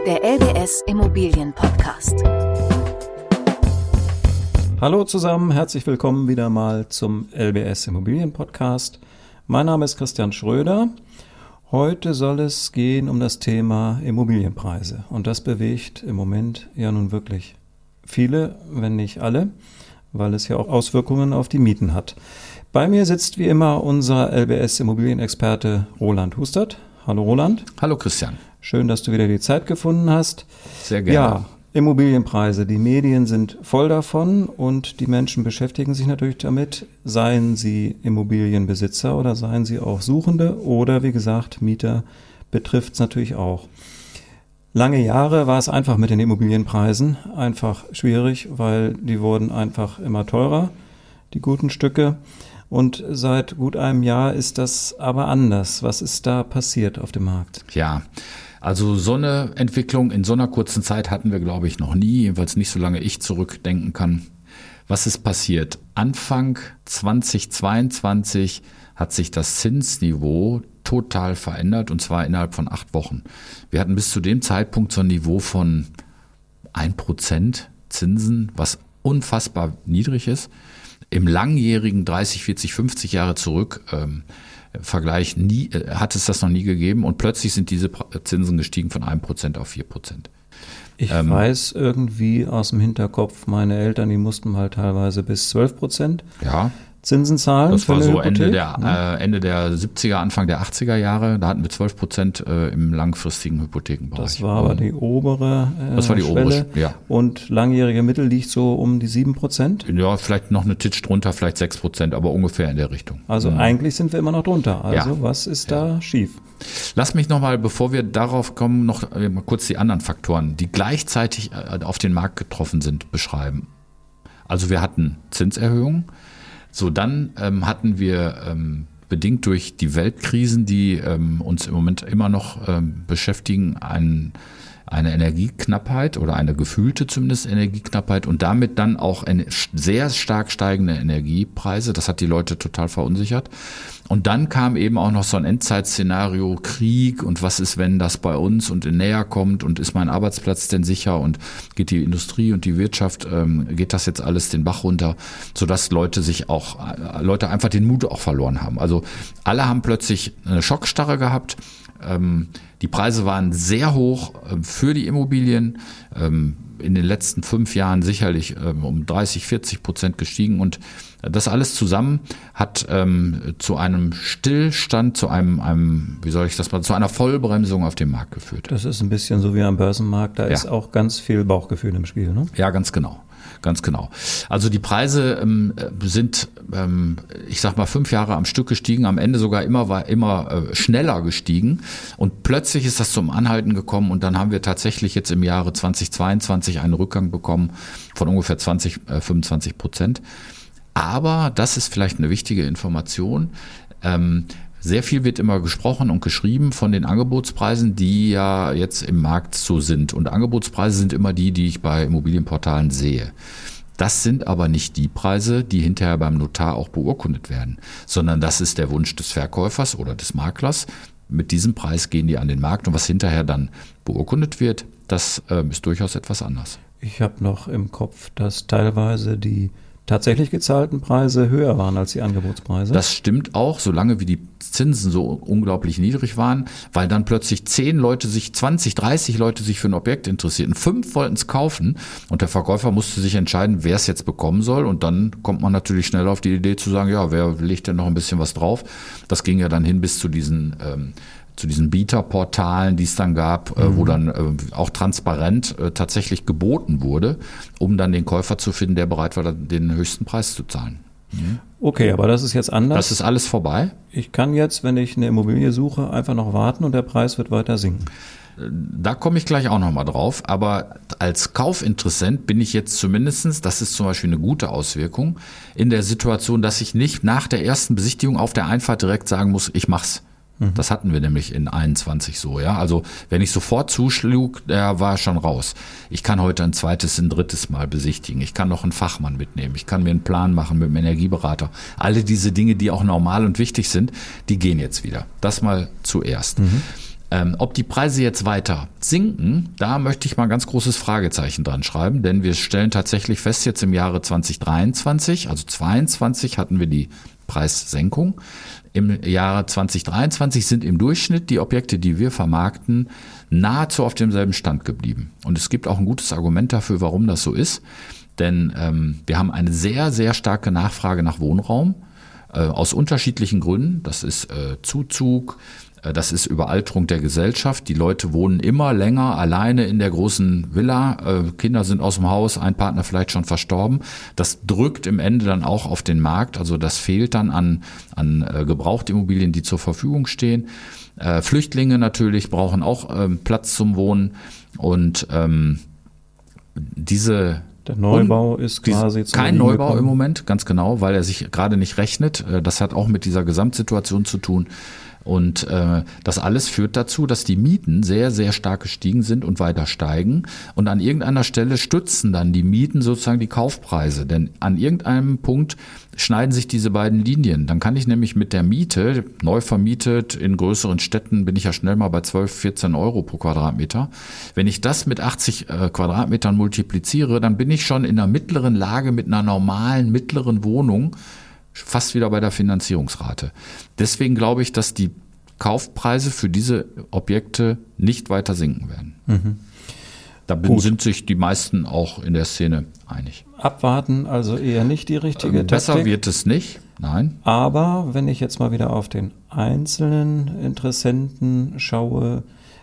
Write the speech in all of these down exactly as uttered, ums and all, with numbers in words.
Der L B S Immobilien Podcast. Hallo zusammen, herzlich willkommen wieder mal zum L B S Immobilien Podcast. Mein Name ist Christian Schröder. Heute soll es gehen um das Thema Immobilienpreise. Und das bewegt im Moment ja nun wirklich viele, wenn nicht alle, weil es ja auch Auswirkungen auf die Mieten hat. Bei mir sitzt wie immer unser L B S Immobilienexperte Roland Hustert. Hallo Roland. Hallo Christian. Schön, dass du wieder die Zeit gefunden hast. Sehr gerne. Ja, Immobilienpreise, die Medien sind voll davon und die Menschen beschäftigen sich natürlich damit, seien sie Immobilienbesitzer oder seien sie auch Suchende oder wie gesagt, Mieter betrifft es natürlich auch. Lange Jahre war es einfach mit den Immobilienpreisen, einfach schwierig, weil die wurden einfach immer teurer, die guten Stücke. Und seit gut einem Jahr ist das aber anders. Was ist da passiert auf dem Markt? Ja, also so eine Entwicklung in so einer kurzen Zeit hatten wir, glaube ich, noch nie, jedenfalls nicht, solange ich zurückdenken kann. Was ist passiert? Anfang zweitausendzweiundzwanzig hat sich das Zinsniveau total verändert und zwar innerhalb von acht Wochen. Wir hatten bis zu dem Zeitpunkt so ein Niveau von ein Prozent Zinsen, was unfassbar niedrig ist. Im langjährigen dreißig, vierzig, fünfzig Jahre zurück ähm, Vergleich nie, äh, hat es das noch nie gegeben und plötzlich sind diese Zinsen gestiegen von einem Prozent auf vier Prozent. Ich ähm, weiß irgendwie aus dem Hinterkopf, meine Eltern, die mussten mal teilweise bis zwölf Prozent ja. Zinsen zahlen. Das war für eine so Hypothek, Ende der, ne? äh, Ende der siebziger, Anfang der achtziger Jahre. Da hatten wir zwölf Prozent äh, im langfristigen Hypothekenbereich. Das war aber die obere äh, Das war die Schwelle. obere, ja. Und langjährige Mittel liegt so um die sieben Prozent. Ja, vielleicht noch eine Titsch drunter, vielleicht sechs Prozent, aber ungefähr in der Richtung. Also mhm. eigentlich sind wir immer noch drunter. Also ja. was ist ja. da schief? Lass mich nochmal, bevor wir darauf kommen, noch äh, mal kurz die anderen Faktoren, die gleichzeitig äh, auf den Markt getroffen sind, beschreiben. Also wir hatten Zinserhöhungen. So, dann ähm, hatten wir ähm, bedingt durch die Weltkrisen, die ähm, uns im Moment immer noch ähm, beschäftigen, ein, eine Energieknappheit oder eine gefühlte zumindest Energieknappheit und damit dann auch eine sehr stark steigende Energiepreise. Das hat die Leute total verunsichert. Und dann kam eben auch noch so ein Endzeitszenario, Krieg und was ist, wenn das bei uns und näher kommt und ist mein Arbeitsplatz denn sicher und geht die Industrie und die Wirtschaft, ähm, geht das jetzt alles den Bach runter, sodass Leute sich auch, Leute einfach den Mut auch verloren haben. Also alle haben plötzlich eine Schockstarre gehabt. Ähm, die Preise waren sehr hoch äh, für die Immobilien, ähm, in den letzten fünf Jahren sicherlich ähm, um dreißig, vierzig Prozent gestiegen und das alles zusammen hat ähm, zu einem Stillstand, zu einem, einem, wie soll ich das mal, zu einer Vollbremsung auf dem Markt geführt. Das ist ein bisschen so wie am Börsenmarkt, da ja. ist auch ganz viel Bauchgefühl im Spiel, ne? Ja, ganz genau. Ganz genau. Also die Preise ähm, sind, ähm, ich sag mal, fünf Jahre am Stück gestiegen, am Ende sogar immer war immer äh, schneller gestiegen und plötzlich ist das zum Anhalten gekommen und dann haben wir tatsächlich jetzt im Jahre zweitausendzweiundzwanzig einen Rückgang bekommen von ungefähr zwanzig, äh, fünfundzwanzig Prozent. Aber das ist vielleicht eine wichtige Information. Ähm, Sehr viel wird immer gesprochen und geschrieben von den Angebotspreisen, die ja jetzt im Markt so sind. Und Angebotspreise sind immer die, die ich bei Immobilienportalen sehe. Das sind aber nicht die Preise, die hinterher beim Notar auch beurkundet werden, sondern das ist der Wunsch des Verkäufers oder des Maklers. Mit diesem Preis gehen die an den Markt und was hinterher dann beurkundet wird, das äh, ist durchaus etwas anders. Ich habe noch im Kopf, dass teilweise die tatsächlich gezahlten Preise höher waren als die Angebotspreise. Das stimmt auch, solange wie die Zinsen so unglaublich niedrig waren, weil dann plötzlich zehn Leute sich, zwanzig, dreißig Leute sich für ein Objekt interessierten. Fünf wollten es kaufen und der Verkäufer musste sich entscheiden, wer es jetzt bekommen soll. Und dann kommt man natürlich schnell auf die Idee zu sagen, ja, wer legt denn noch ein bisschen was drauf? Das ging ja dann hin bis zu diesen ähm, zu diesen Bieterportalen, die es dann gab, mhm. wo dann äh, auch transparent äh, tatsächlich geboten wurde, um dann den Käufer zu finden, der bereit war, den höchsten Preis zu zahlen. Mhm. Okay, aber das ist jetzt anders. Das ist alles vorbei. Ich kann jetzt, wenn ich eine Immobilie suche, einfach noch warten und der Preis wird weiter sinken. Da komme ich gleich auch nochmal drauf, aber als Kaufinteressent bin ich jetzt zumindestens, das ist zum Beispiel eine gute Auswirkung, in der Situation, dass ich nicht nach der ersten Besichtigung auf der Einfahrt direkt sagen muss, ich mach's. Das hatten wir nämlich in einundzwanzig so, ja. Also wenn ich sofort zuschlug, der war schon raus. Ich kann heute ein zweites, ein drittes Mal besichtigen. Ich kann noch einen Fachmann mitnehmen. Ich kann mir einen Plan machen mit einem Energieberater. Alle diese Dinge, die auch normal und wichtig sind, die gehen jetzt wieder. Das mal zuerst. Mhm. Ähm, ob die Preise jetzt weiter sinken, da möchte ich mal ein ganz großes Fragezeichen dran schreiben, denn wir stellen tatsächlich fest, jetzt im Jahre zwanzig dreiundzwanzig, also zweiundzwanzig hatten wir die Preissenkung. Im Jahre zwanzig dreiundzwanzig sind im Durchschnitt die Objekte, die wir vermarkten, nahezu auf demselben Stand geblieben. Und es gibt auch ein gutes Argument dafür, warum das so ist. Denn ähm, wir haben eine sehr, sehr starke Nachfrage nach Wohnraum äh, aus unterschiedlichen Gründen. Das ist äh, Zuzug, äh, das ist Überalterung der Gesellschaft. Die Leute wohnen immer länger alleine in der großen Villa. Äh, Kinder sind aus dem Haus, ein Partner vielleicht schon verstorben. Das drückt im Ende dann auch auf den Markt. Also das fehlt dann an, an äh, Gebrauchtimmobilien, die zur Verfügung stehen. Äh, Flüchtlinge natürlich brauchen auch äh, Platz zum Wohnen. Und ähm, diese Der Neubau ist quasi Dies, kein Neubau gekommen. Im Moment, ganz genau, weil er sich gerade nicht rechnet. Das hat auch mit dieser Gesamtsituation zu tun. Und äh, das alles führt dazu, dass die Mieten sehr, sehr stark gestiegen sind und weiter steigen. Und an irgendeiner Stelle stützen dann die Mieten sozusagen die Kaufpreise. Denn an irgendeinem Punkt schneiden sich diese beiden Linien. Dann kann ich nämlich mit der Miete, neu vermietet, in größeren Städten bin ich ja schnell mal bei zwölf, vierzehn Euro pro Quadratmeter. Wenn ich das mit achtzig äh, Quadratmetern multipliziere, dann bin ich schon in einer mittleren Lage mit einer normalen mittleren Wohnung, fast wieder bei der Finanzierungsrate. Deswegen glaube ich, dass die Kaufpreise für diese Objekte nicht weiter sinken werden. Mhm. Da Gut. sind sich die meisten auch in der Szene einig. Abwarten, also eher nicht die richtige ähm, Besser Taktik. Wird es nicht, nein. Aber wenn ich jetzt mal wieder auf den einzelnen Interessenten schaue,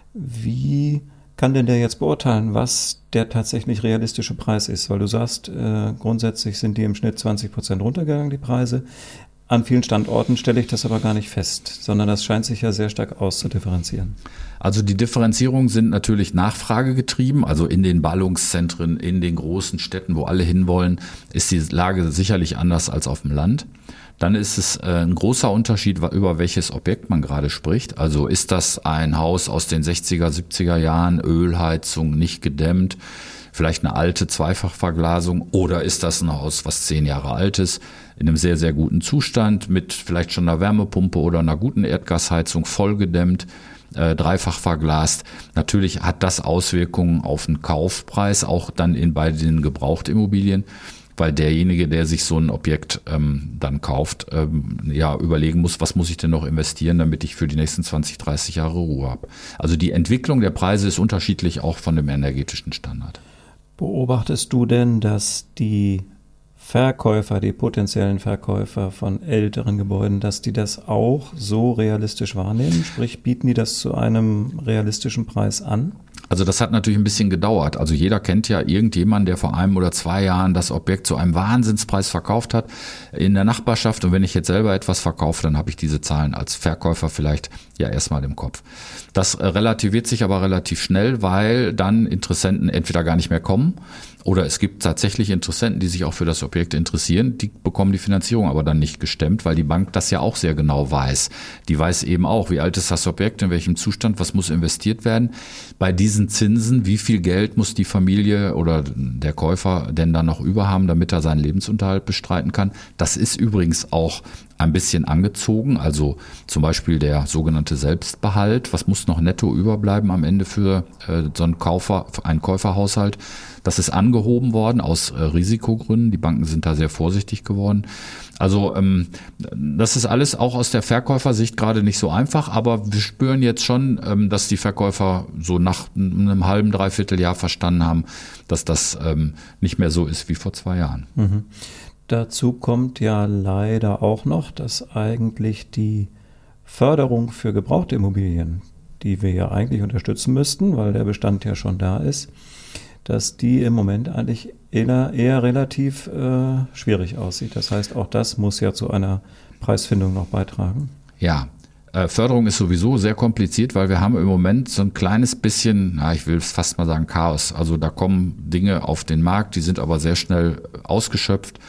wie kann denn der jetzt beurteilen, was der tatsächlich realistische Preis ist? Weil du sagst, äh, grundsätzlich sind die im Schnitt zwanzig Prozent runtergegangen, die Preise. An vielen Standorten stelle ich das aber gar nicht fest, sondern das scheint sich ja sehr stark auszudifferenzieren. Also die Differenzierungen sind natürlich nachfragegetrieben. Also in den Ballungszentren, in den großen Städten, wo alle hinwollen, ist die Lage sicherlich anders als auf dem Land. Dann ist es ein großer Unterschied, über welches Objekt man gerade spricht. Also ist das ein Haus aus den sechziger, siebziger Jahren, Ölheizung, nicht gedämmt, vielleicht eine alte Zweifachverglasung, oder ist das ein Haus, was zehn Jahre alt ist, in einem sehr, sehr guten Zustand, mit vielleicht schon einer Wärmepumpe oder einer guten Erdgasheizung, vollgedämmt, äh, dreifach verglast. Natürlich hat das Auswirkungen auf den Kaufpreis, auch dann in bei den Gebrauchtimmobilien, weil derjenige, der sich so ein Objekt ähm, dann kauft, ähm, ja überlegen muss, was muss ich denn noch investieren, damit ich für die nächsten zwanzig, dreißig Jahre Ruhe habe. Also die Entwicklung der Preise ist unterschiedlich, auch von dem energetischen Standard. Beobachtest du denn, dass die Verkäufer, die potenziellen Verkäufer von älteren Gebäuden, dass die das auch so realistisch wahrnehmen? Sprich, bieten die das zu einem realistischen Preis an? Also das hat natürlich ein bisschen gedauert. Also jeder kennt ja irgendjemanden, der vor einem oder zwei Jahren das Objekt zu einem Wahnsinnspreis verkauft hat in der Nachbarschaft. Und wenn ich jetzt selber etwas verkaufe, dann habe ich diese Zahlen als Verkäufer vielleicht ja erstmal im Kopf. Das relativiert sich aber relativ schnell, weil dann Interessenten entweder gar nicht mehr kommen, oder es gibt tatsächlich Interessenten, die sich auch für das Objekt interessieren, die bekommen die Finanzierung aber dann nicht gestemmt, weil die Bank das ja auch sehr genau weiß. Die weiß eben auch, wie alt ist das Objekt, in welchem Zustand, was muss investiert werden. Bei diesen Zinsen, wie viel Geld muss die Familie oder der Käufer denn dann noch über haben, damit er seinen Lebensunterhalt bestreiten kann. Das ist übrigens auch ein bisschen angezogen, also zum Beispiel der sogenannte Selbstbehalt. Was muss noch netto überbleiben am Ende für äh, so einen Käufer, einen Käuferhaushalt? Das ist angehoben worden aus äh, Risikogründen. Die Banken sind da sehr vorsichtig geworden. Also ähm, das ist alles auch aus der Verkäufersicht gerade nicht so einfach, aber wir spüren jetzt schon, ähm, dass die Verkäufer so nach einem halben, dreiviertel Jahr verstanden haben, dass das ähm, nicht mehr so ist wie vor zwei Jahren. Mhm. Dazu kommt ja leider auch noch, dass eigentlich die Förderung für gebrauchte Immobilien, die wir ja eigentlich unterstützen müssten, weil der Bestand ja schon da ist, dass die im Moment eigentlich eher, eher relativ äh, schwierig aussieht. Das heißt, auch das muss ja zu einer Preisfindung noch beitragen. Ja, äh, Förderung ist sowieso sehr kompliziert, weil wir haben im Moment so ein kleines bisschen, na, ich will fast mal sagen Chaos. Also da kommen Dinge auf den Markt, die sind aber sehr schnell ausgeschöpft.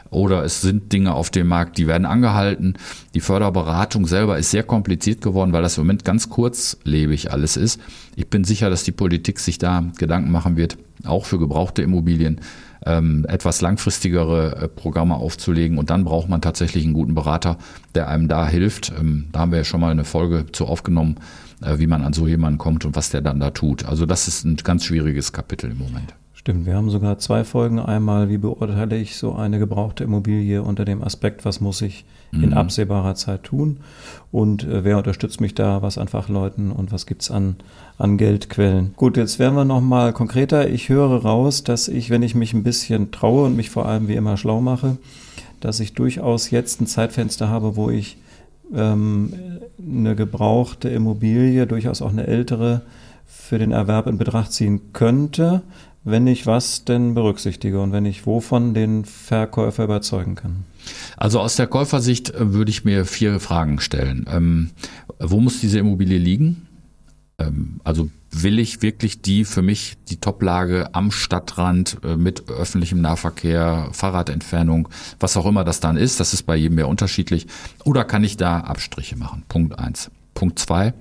oder es sind Dinge auf dem Markt, die werden angehalten. Die Förderberatung selber ist sehr kompliziert geworden, weil das im Moment ganz kurzlebig alles ist. Ich bin sicher, dass die Politik sich da Gedanken machen wird, auch für gebrauchte Immobilien ähm, etwas langfristigere äh, Programme aufzulegen. Und dann braucht man tatsächlich einen guten Berater, der einem da hilft. Ähm, da haben wir ja schon mal eine Folge zu aufgenommen, äh, wie man an so jemanden kommt und was der dann da tut. Also das ist ein ganz schwieriges Kapitel im Moment. Stimmt, wir haben sogar zwei Folgen. Einmal, wie beurteile ich so eine gebrauchte Immobilie unter dem Aspekt, was muss ich in mhm. absehbarer Zeit tun und äh, wer unterstützt mich da, was an Fachleuten und was gibt's an, an Geldquellen. Gut, jetzt werden wir nochmal konkreter. Ich höre raus, dass ich, wenn ich mich ein bisschen traue und mich vor allem wie immer schlau mache, dass ich durchaus jetzt ein Zeitfenster habe, wo ich ähm, eine gebrauchte Immobilie, durchaus auch eine ältere, für den Erwerb in Betracht ziehen könnte, wenn ich was denn berücksichtige und wenn ich wovon den Verkäufer überzeugen kann. Also aus der Käufersicht würde ich mir vier Fragen stellen. Ähm, wo muss diese Immobilie liegen? Ähm, also will ich wirklich die für mich die Toplage am Stadtrand äh, mit öffentlichem Nahverkehr, Fahrradentfernung, was auch immer das dann ist, das ist bei jedem ja unterschiedlich. Oder kann ich da Abstriche machen? Punkt eins. Punkt zwei,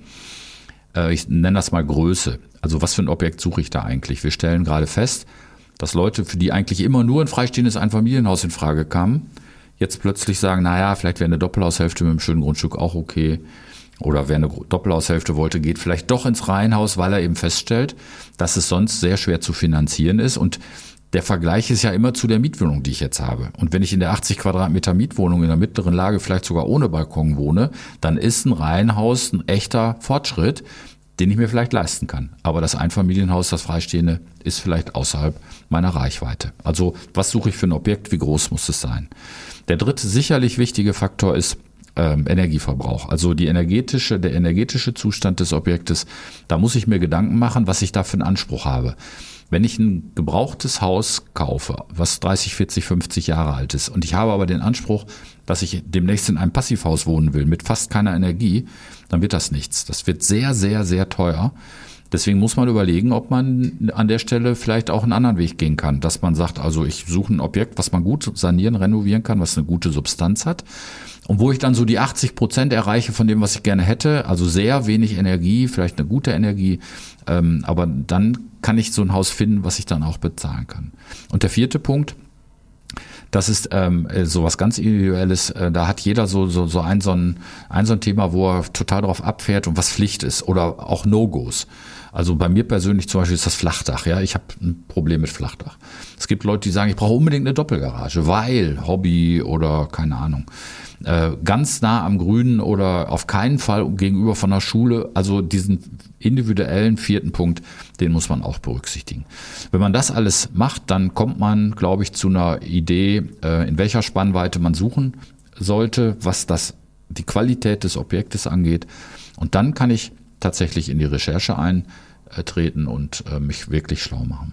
äh, ich nenne das mal Größe. Also was für ein Objekt suche ich da eigentlich? Wir stellen gerade fest, dass Leute, für die eigentlich immer nur ein freistehendes Einfamilienhaus in Frage kamen, jetzt plötzlich sagen, naja, vielleicht wäre eine Doppelhaushälfte mit einem schönen Grundstück auch okay. Oder wer eine Doppelhaushälfte wollte, geht vielleicht doch ins Reihenhaus, weil er eben feststellt, dass es sonst sehr schwer zu finanzieren ist. Und der Vergleich ist ja immer zu der Mietwohnung, die ich jetzt habe. Und wenn ich in der achtzig Quadratmeter Mietwohnung in der mittleren Lage vielleicht sogar ohne Balkon wohne, dann ist ein Reihenhaus ein echter Fortschritt, den ich mir vielleicht leisten kann. Aber das Einfamilienhaus, das Freistehende, ist vielleicht außerhalb meiner Reichweite. Also was suche ich für ein Objekt, wie groß muss es sein? Der dritte sicherlich wichtige Faktor ist ähm, Energieverbrauch. Also die energetische, der energetische Zustand des Objektes, da muss ich mir Gedanken machen, was ich da für einen Anspruch habe. Wenn ich ein gebrauchtes Haus kaufe, was dreißig, vierzig, fünfzig Jahre alt ist und ich habe aber den Anspruch, dass ich demnächst in einem Passivhaus wohnen will mit fast keiner Energie, dann wird das nichts. Das wird sehr, sehr, sehr teuer. Deswegen muss man überlegen, ob man an der Stelle vielleicht auch einen anderen Weg gehen kann, dass man sagt, also ich suche ein Objekt, was man gut sanieren, renovieren kann, was eine gute Substanz hat und wo ich dann so die achtzig Prozent erreiche von dem, was ich gerne hätte, also sehr wenig Energie, vielleicht eine gute Energie, ähm, aber dann kann ich so ein Haus finden, was ich dann auch bezahlen kann. Und der vierte Punkt, das ist ähm, so was ganz Individuelles. Äh, da hat jeder so so so ein so ein ein so ein Thema, wo er total drauf abfährt und was Pflicht ist oder auch No-Gos. Also bei mir persönlich zum Beispiel ist das Flachdach. Ja, ich habe ein Problem mit Flachdach. Es gibt Leute, die sagen, ich brauche unbedingt eine Doppelgarage, weil Hobby oder keine Ahnung. Äh, ganz nah am Grünen oder auf keinen Fall gegenüber von der Schule. Also diesen individuellen vierten Punkt, den muss man auch berücksichtigen. Wenn man das alles macht, dann kommt man, glaube ich, zu einer Idee, äh, in welcher Spannweite man suchen sollte, was das die Qualität des Objektes angeht. Und dann kann ich tatsächlich in die Recherche eintreten und äh, mich wirklich schlau machen.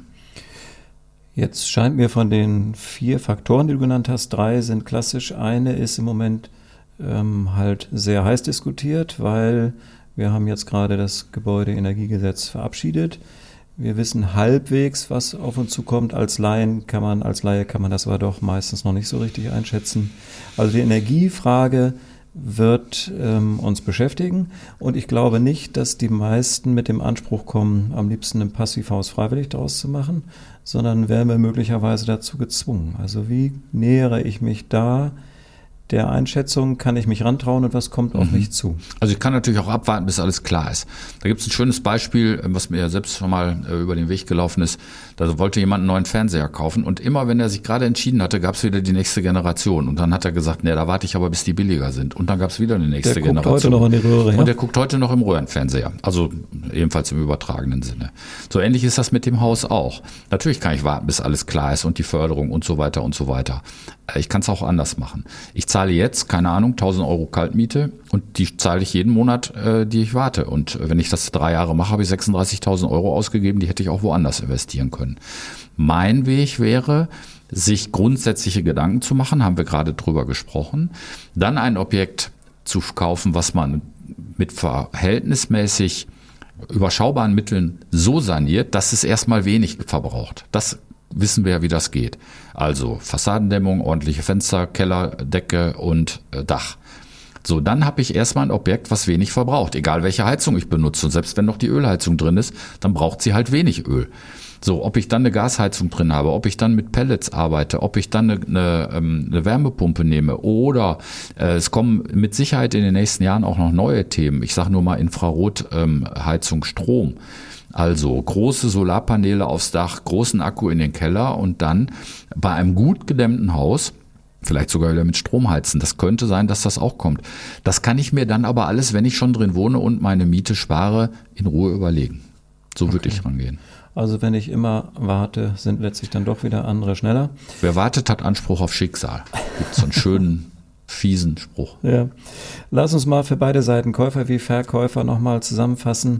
Jetzt scheint mir von den vier Faktoren, die du genannt hast, drei sind klassisch. Eine ist im Moment ähm, halt sehr heiß diskutiert, weil wir haben jetzt gerade das Gebäudeenergiegesetz verabschiedet. Wir wissen halbwegs, was auf uns zukommt. Als Laien kann man, als Laie kann man das aber doch meistens noch nicht so richtig einschätzen. Also die Energiefrage wird ähm, uns beschäftigen und ich glaube nicht, dass die meisten mit dem Anspruch kommen, am liebsten ein Passivhaus freiwillig daraus zu machen, sondern werden wir möglicherweise dazu gezwungen. Also wie nähere ich mich da der Einschätzung, kann ich mich rantrauen und was kommt auf mhm. mich zu? Also ich kann natürlich auch abwarten, bis alles klar ist. Da gibt es ein schönes Beispiel, was mir ja selbst schon mal äh, über den Weg gelaufen ist. Da wollte jemand einen neuen Fernseher kaufen und immer, wenn er sich gerade entschieden hatte, gab es wieder die nächste Generation. Und dann hat er gesagt, nee, da warte ich aber, bis die billiger sind. Und dann gab es wieder eine nächste der Generation. Der guckt heute noch in die Röhre, ja? Und der guckt heute noch im Röhrenfernseher. Also ebenfalls im übertragenen Sinne. So ähnlich ist das mit dem Haus auch. Natürlich kann ich warten, bis alles klar ist und die Förderung und so weiter und so weiter. Ich kann es auch anders machen. Ich zahle jetzt, keine Ahnung, tausend Euro Kaltmiete und die zahle ich jeden Monat, äh, die ich warte. Und wenn ich das drei Jahre mache, habe ich sechsunddreißigtausend Euro ausgegeben, die hätte ich auch woanders investieren können. Mein Weg wäre, sich grundsätzliche Gedanken zu machen, haben wir gerade drüber gesprochen, dann ein Objekt zu kaufen, was man mit verhältnismäßig überschaubaren Mitteln so saniert, dass es erstmal wenig verbraucht. Das wissen wir ja, wie das geht. Also Fassadendämmung, ordentliche Fenster, Keller, Decke und äh, Dach. So, dann habe ich erstmal ein Objekt, was wenig verbraucht, egal welche Heizung ich benutze. Und selbst wenn noch die Ölheizung drin ist, dann braucht sie halt wenig Öl. So, ob ich dann eine Gasheizung drin habe, ob ich dann mit Pellets arbeite, ob ich dann eine, eine, eine Wärmepumpe nehme oder äh, es kommen mit Sicherheit in den nächsten Jahren auch noch neue Themen. Ich sage nur mal Infrarotheizung, ähm, Strom. Also große Solarpaneele aufs Dach, großen Akku in den Keller und dann bei einem gut gedämmten Haus vielleicht sogar wieder mit Strom heizen. Das könnte sein, dass das auch kommt. Das kann ich mir dann aber alles, wenn ich schon drin wohne und meine Miete spare, in Ruhe überlegen. So okay. Würde ich rangehen. Also wenn ich immer warte, sind letztlich dann doch wieder andere schneller. Wer wartet, hat Anspruch auf Schicksal. Gibt so einen schönen, fiesen Spruch. Ja. Lass uns mal für beide Seiten, Käufer wie Verkäufer, nochmal zusammenfassen,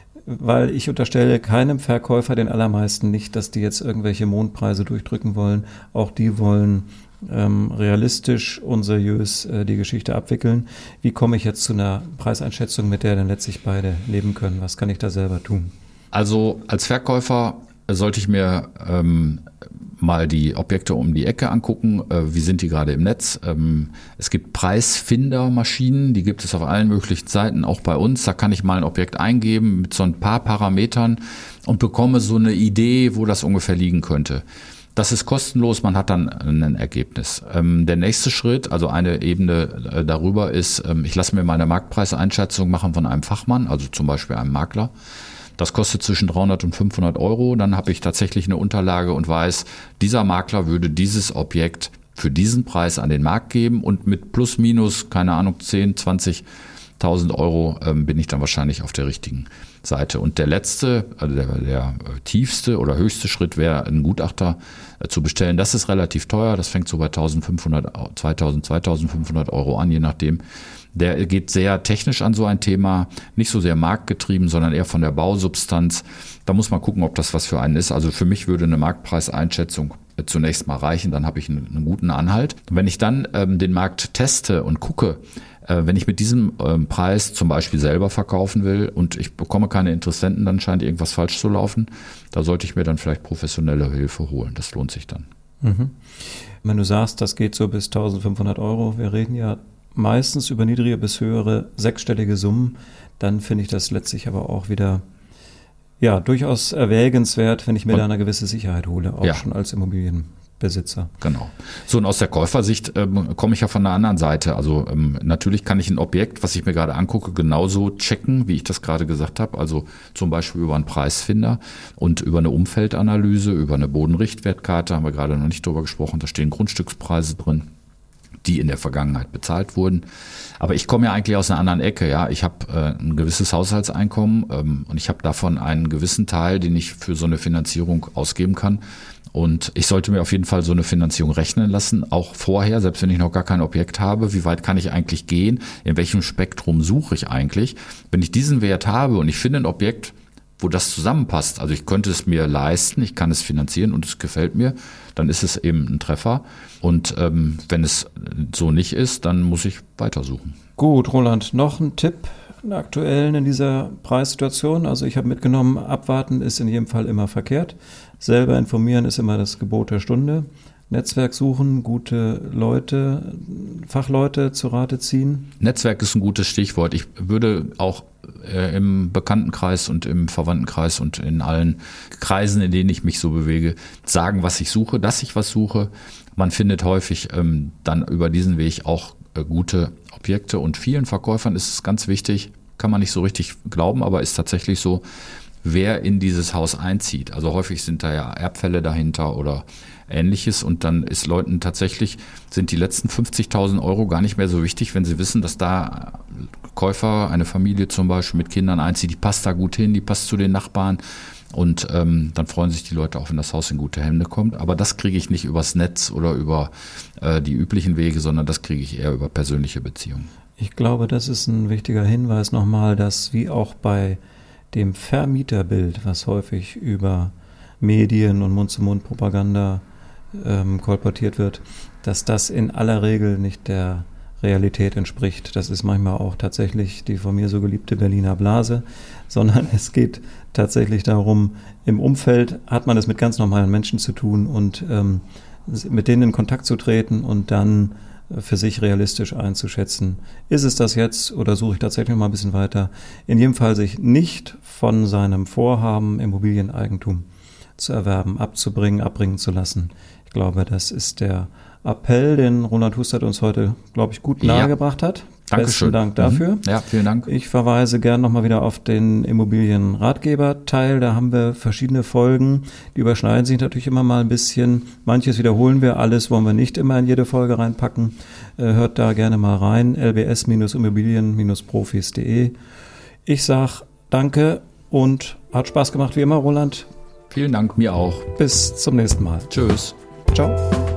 weil ich unterstelle keinem Verkäufer, den allermeisten nicht, dass die jetzt irgendwelche Mondpreise durchdrücken wollen. Auch die wollen ähm, realistisch und seriös äh, die Geschichte abwickeln. Wie komme ich jetzt zu einer Preiseinschätzung, mit der dann letztlich beide leben können? Was kann ich da selber tun? Also als Verkäufer sollte ich mir ähm, mal die Objekte um die Ecke angucken. Äh, wie sind die gerade im Netz? Ähm, es gibt Preisfindermaschinen, die gibt es auf allen möglichen Seiten, auch bei uns. Da kann ich mal ein Objekt eingeben mit so ein paar Parametern und bekomme so eine Idee, wo das ungefähr liegen könnte. Das ist kostenlos, man hat dann ein Ergebnis. Ähm, der nächste Schritt, also eine Ebene äh, darüber ist, ähm, ich lasse mir meine Marktpreiseinschätzung machen von einem Fachmann, also zum Beispiel einem Makler. Das kostet zwischen dreihundert und fünfhundert Euro. Dann habe ich tatsächlich eine Unterlage und weiß, dieser Makler würde dieses Objekt für diesen Preis an den Markt geben und mit plus minus, keine Ahnung, zehn, zwanzigtausend Euro ähm, bin ich dann wahrscheinlich auf der richtigen Seite. Und der letzte, also der, der tiefste oder höchste Schritt wäre, einen Gutachter äh, zu bestellen. Das ist relativ teuer. Das fängt so bei eintausendfünfhundert, zweitausend, zweitausendfünfhundert Euro an, je nachdem. Der geht sehr technisch an so ein Thema, nicht so sehr marktgetrieben, sondern eher von der Bausubstanz. Da muss man gucken, ob das was für einen ist. Also für mich würde eine Marktpreiseinschätzung zunächst mal reichen, dann habe ich einen, einen guten Anhalt. Wenn ich dann ähm, den Markt teste und gucke, äh, wenn ich mit diesem ähm, Preis zum Beispiel selber verkaufen will und ich bekomme keine Interessenten, dann scheint irgendwas falsch zu laufen. Da sollte ich mir dann vielleicht professionelle Hilfe holen. Das lohnt sich dann. Mhm. Wenn du sagst, das geht so bis eintausendfünfhundert Euro, wir reden ja meistens über niedrige bis höhere sechsstellige Summen, dann finde ich das letztlich aber auch wieder ja durchaus erwägenswert, wenn ich mir und, da eine gewisse Sicherheit hole, auch ja. schon als Immobilienbesitzer. Genau. So, und aus der Käufersicht ähm, komme ich ja von der anderen Seite. Also ähm, natürlich kann ich ein Objekt, was ich mir gerade angucke, genauso checken, wie ich das gerade gesagt habe. Also zum Beispiel über einen Preisfinder und über eine Umfeldanalyse, über eine Bodenrichtwertkarte, haben wir gerade noch nicht drüber gesprochen, da stehen Grundstückspreise drin, die in der Vergangenheit bezahlt wurden. Aber ich komme ja eigentlich aus einer anderen Ecke. Ja, ich habe äh, ein gewisses Haushaltseinkommen ähm, und ich habe davon einen gewissen Teil, den ich für so eine Finanzierung ausgeben kann. Und ich sollte mir auf jeden Fall so eine Finanzierung rechnen lassen, auch vorher, selbst wenn ich noch gar kein Objekt habe. Wie weit kann ich eigentlich gehen? In welchem Spektrum suche ich eigentlich? Wenn ich diesen Wert habe und ich finde ein Objekt, wo das zusammenpasst, also ich könnte es mir leisten, ich kann es finanzieren und es gefällt mir, dann ist es eben ein Treffer. Und ähm, wenn es so nicht ist, dann muss ich weitersuchen. Gut, Roland, noch ein Tipp, einen aktuellen in dieser Preissituation. Also ich habe mitgenommen, abwarten ist in jedem Fall immer verkehrt. Selber informieren ist immer das Gebot der Stunde. Netzwerk suchen, gute Leute, Fachleute zu Rate ziehen. Netzwerk ist ein gutes Stichwort. Ich würde auch äh, im Bekanntenkreis und im Verwandtenkreis und in allen Kreisen, in denen ich mich so bewege, sagen, was ich suche, dass ich was suche. Man findet häufig ähm, dann über diesen Weg auch äh, gute Objekte und vielen Verkäufern ist es ganz wichtig, kann man nicht so richtig glauben, aber ist tatsächlich so, wer in dieses Haus einzieht. Also häufig sind da ja Erbfälle dahinter oder Ähnliches und dann ist Leuten tatsächlich, sind die letzten fünfzigtausend Euro gar nicht mehr so wichtig, wenn sie wissen, dass da Käufer, eine Familie zum Beispiel mit Kindern einzieht, die passt da gut hin, die passt zu den Nachbarn und ähm, dann freuen sich die Leute auch, wenn das Haus in gute Hände kommt. Aber das kriege ich nicht übers Netz oder über äh, die üblichen Wege, sondern das kriege ich eher über persönliche Beziehungen. Ich glaube, das ist ein wichtiger Hinweis nochmal, dass wie auch bei dem Vermieterbild, was häufig über Medien und Mund-zu-Mund-Propaganda ähm, kolportiert wird, dass das in aller Regel nicht der Realität entspricht. Das ist manchmal auch tatsächlich die von mir so geliebte Berliner Blase, sondern es geht tatsächlich darum, im Umfeld hat man es mit ganz normalen Menschen zu tun und ähm, mit denen in Kontakt zu treten und dann für sich realistisch einzuschätzen, ist es das jetzt oder suche ich tatsächlich noch mal ein bisschen weiter. In jedem Fall sich nicht von seinem Vorhaben, Immobilieneigentum zu erwerben, abzubringen, abbringen zu lassen. Ich glaube, das ist der Appell, den Roland Hustert uns heute, glaube ich, gut nahegebracht hat. Dankeschön. Besten Dank dafür. Mhm. Ja, vielen Dank. Ich verweise gern nochmal wieder auf den Immobilienratgeber-Teil. Da haben wir verschiedene Folgen. Die überschneiden sich natürlich immer mal ein bisschen. Manches wiederholen wir, alles wollen wir nicht immer in jede Folge reinpacken. Hört da gerne mal rein. l b s immobilien profis punkt de. Ich sag danke und hat Spaß gemacht wie immer, Roland. Vielen Dank, mir auch. Bis zum nächsten Mal. Tschüss. Ciao.